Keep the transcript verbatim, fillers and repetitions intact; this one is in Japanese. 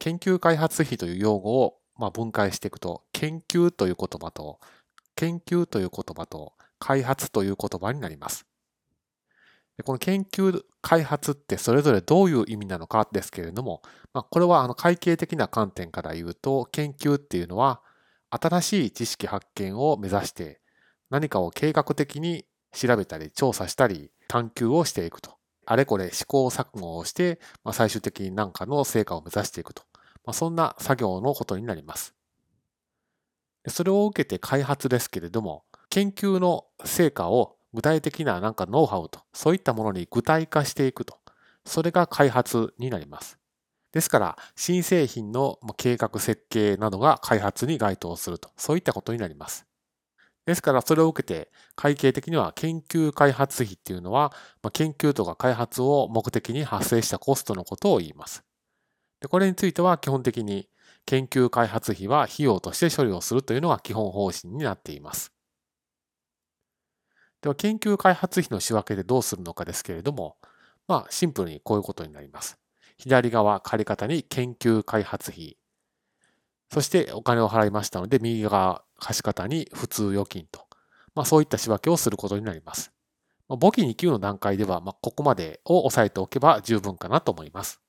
研究開発費という用語をまあ分解していくと、研究という言葉と、研究という言葉と、開発という言葉になります。でこの研究開発ってそれぞれどういう意味なのかですけれども、まあ、これはあの会計的な観点から言うと、研究っていうのは新しい知識発見を目指して何かを計画的に調べたり調査したり探求をしていくと。あれこれ試行錯誤をして、まあ、最終的に何かの成果を目指していくと。まあ、そんな作業のことになります。それを受けて開発ですけれども、研究の成果を具体的ななんかノウハウと、そういったものに具体化していくと。それが開発になります。ですから、新製品の計画設計などが開発に該当すると、そういったことになります。ですから、それを受けて、会計的には研究開発費っていうのは、研究とか開発を目的に発生したコストのことを言います。でこれについては基本的に研究開発費は費用として処理をするというのが基本方針になっています。では、研究開発費の仕分けでどうするのかですけれども、まあ、シンプルにこういうことになります。左側、借方に研究開発費。そしてお金を払いましたので、右側、貸方に普通預金と。まあ、そういった仕分けをすることになります。簿記に級の段階では、まあ、ここまでを押さえておけば十分かなと思います。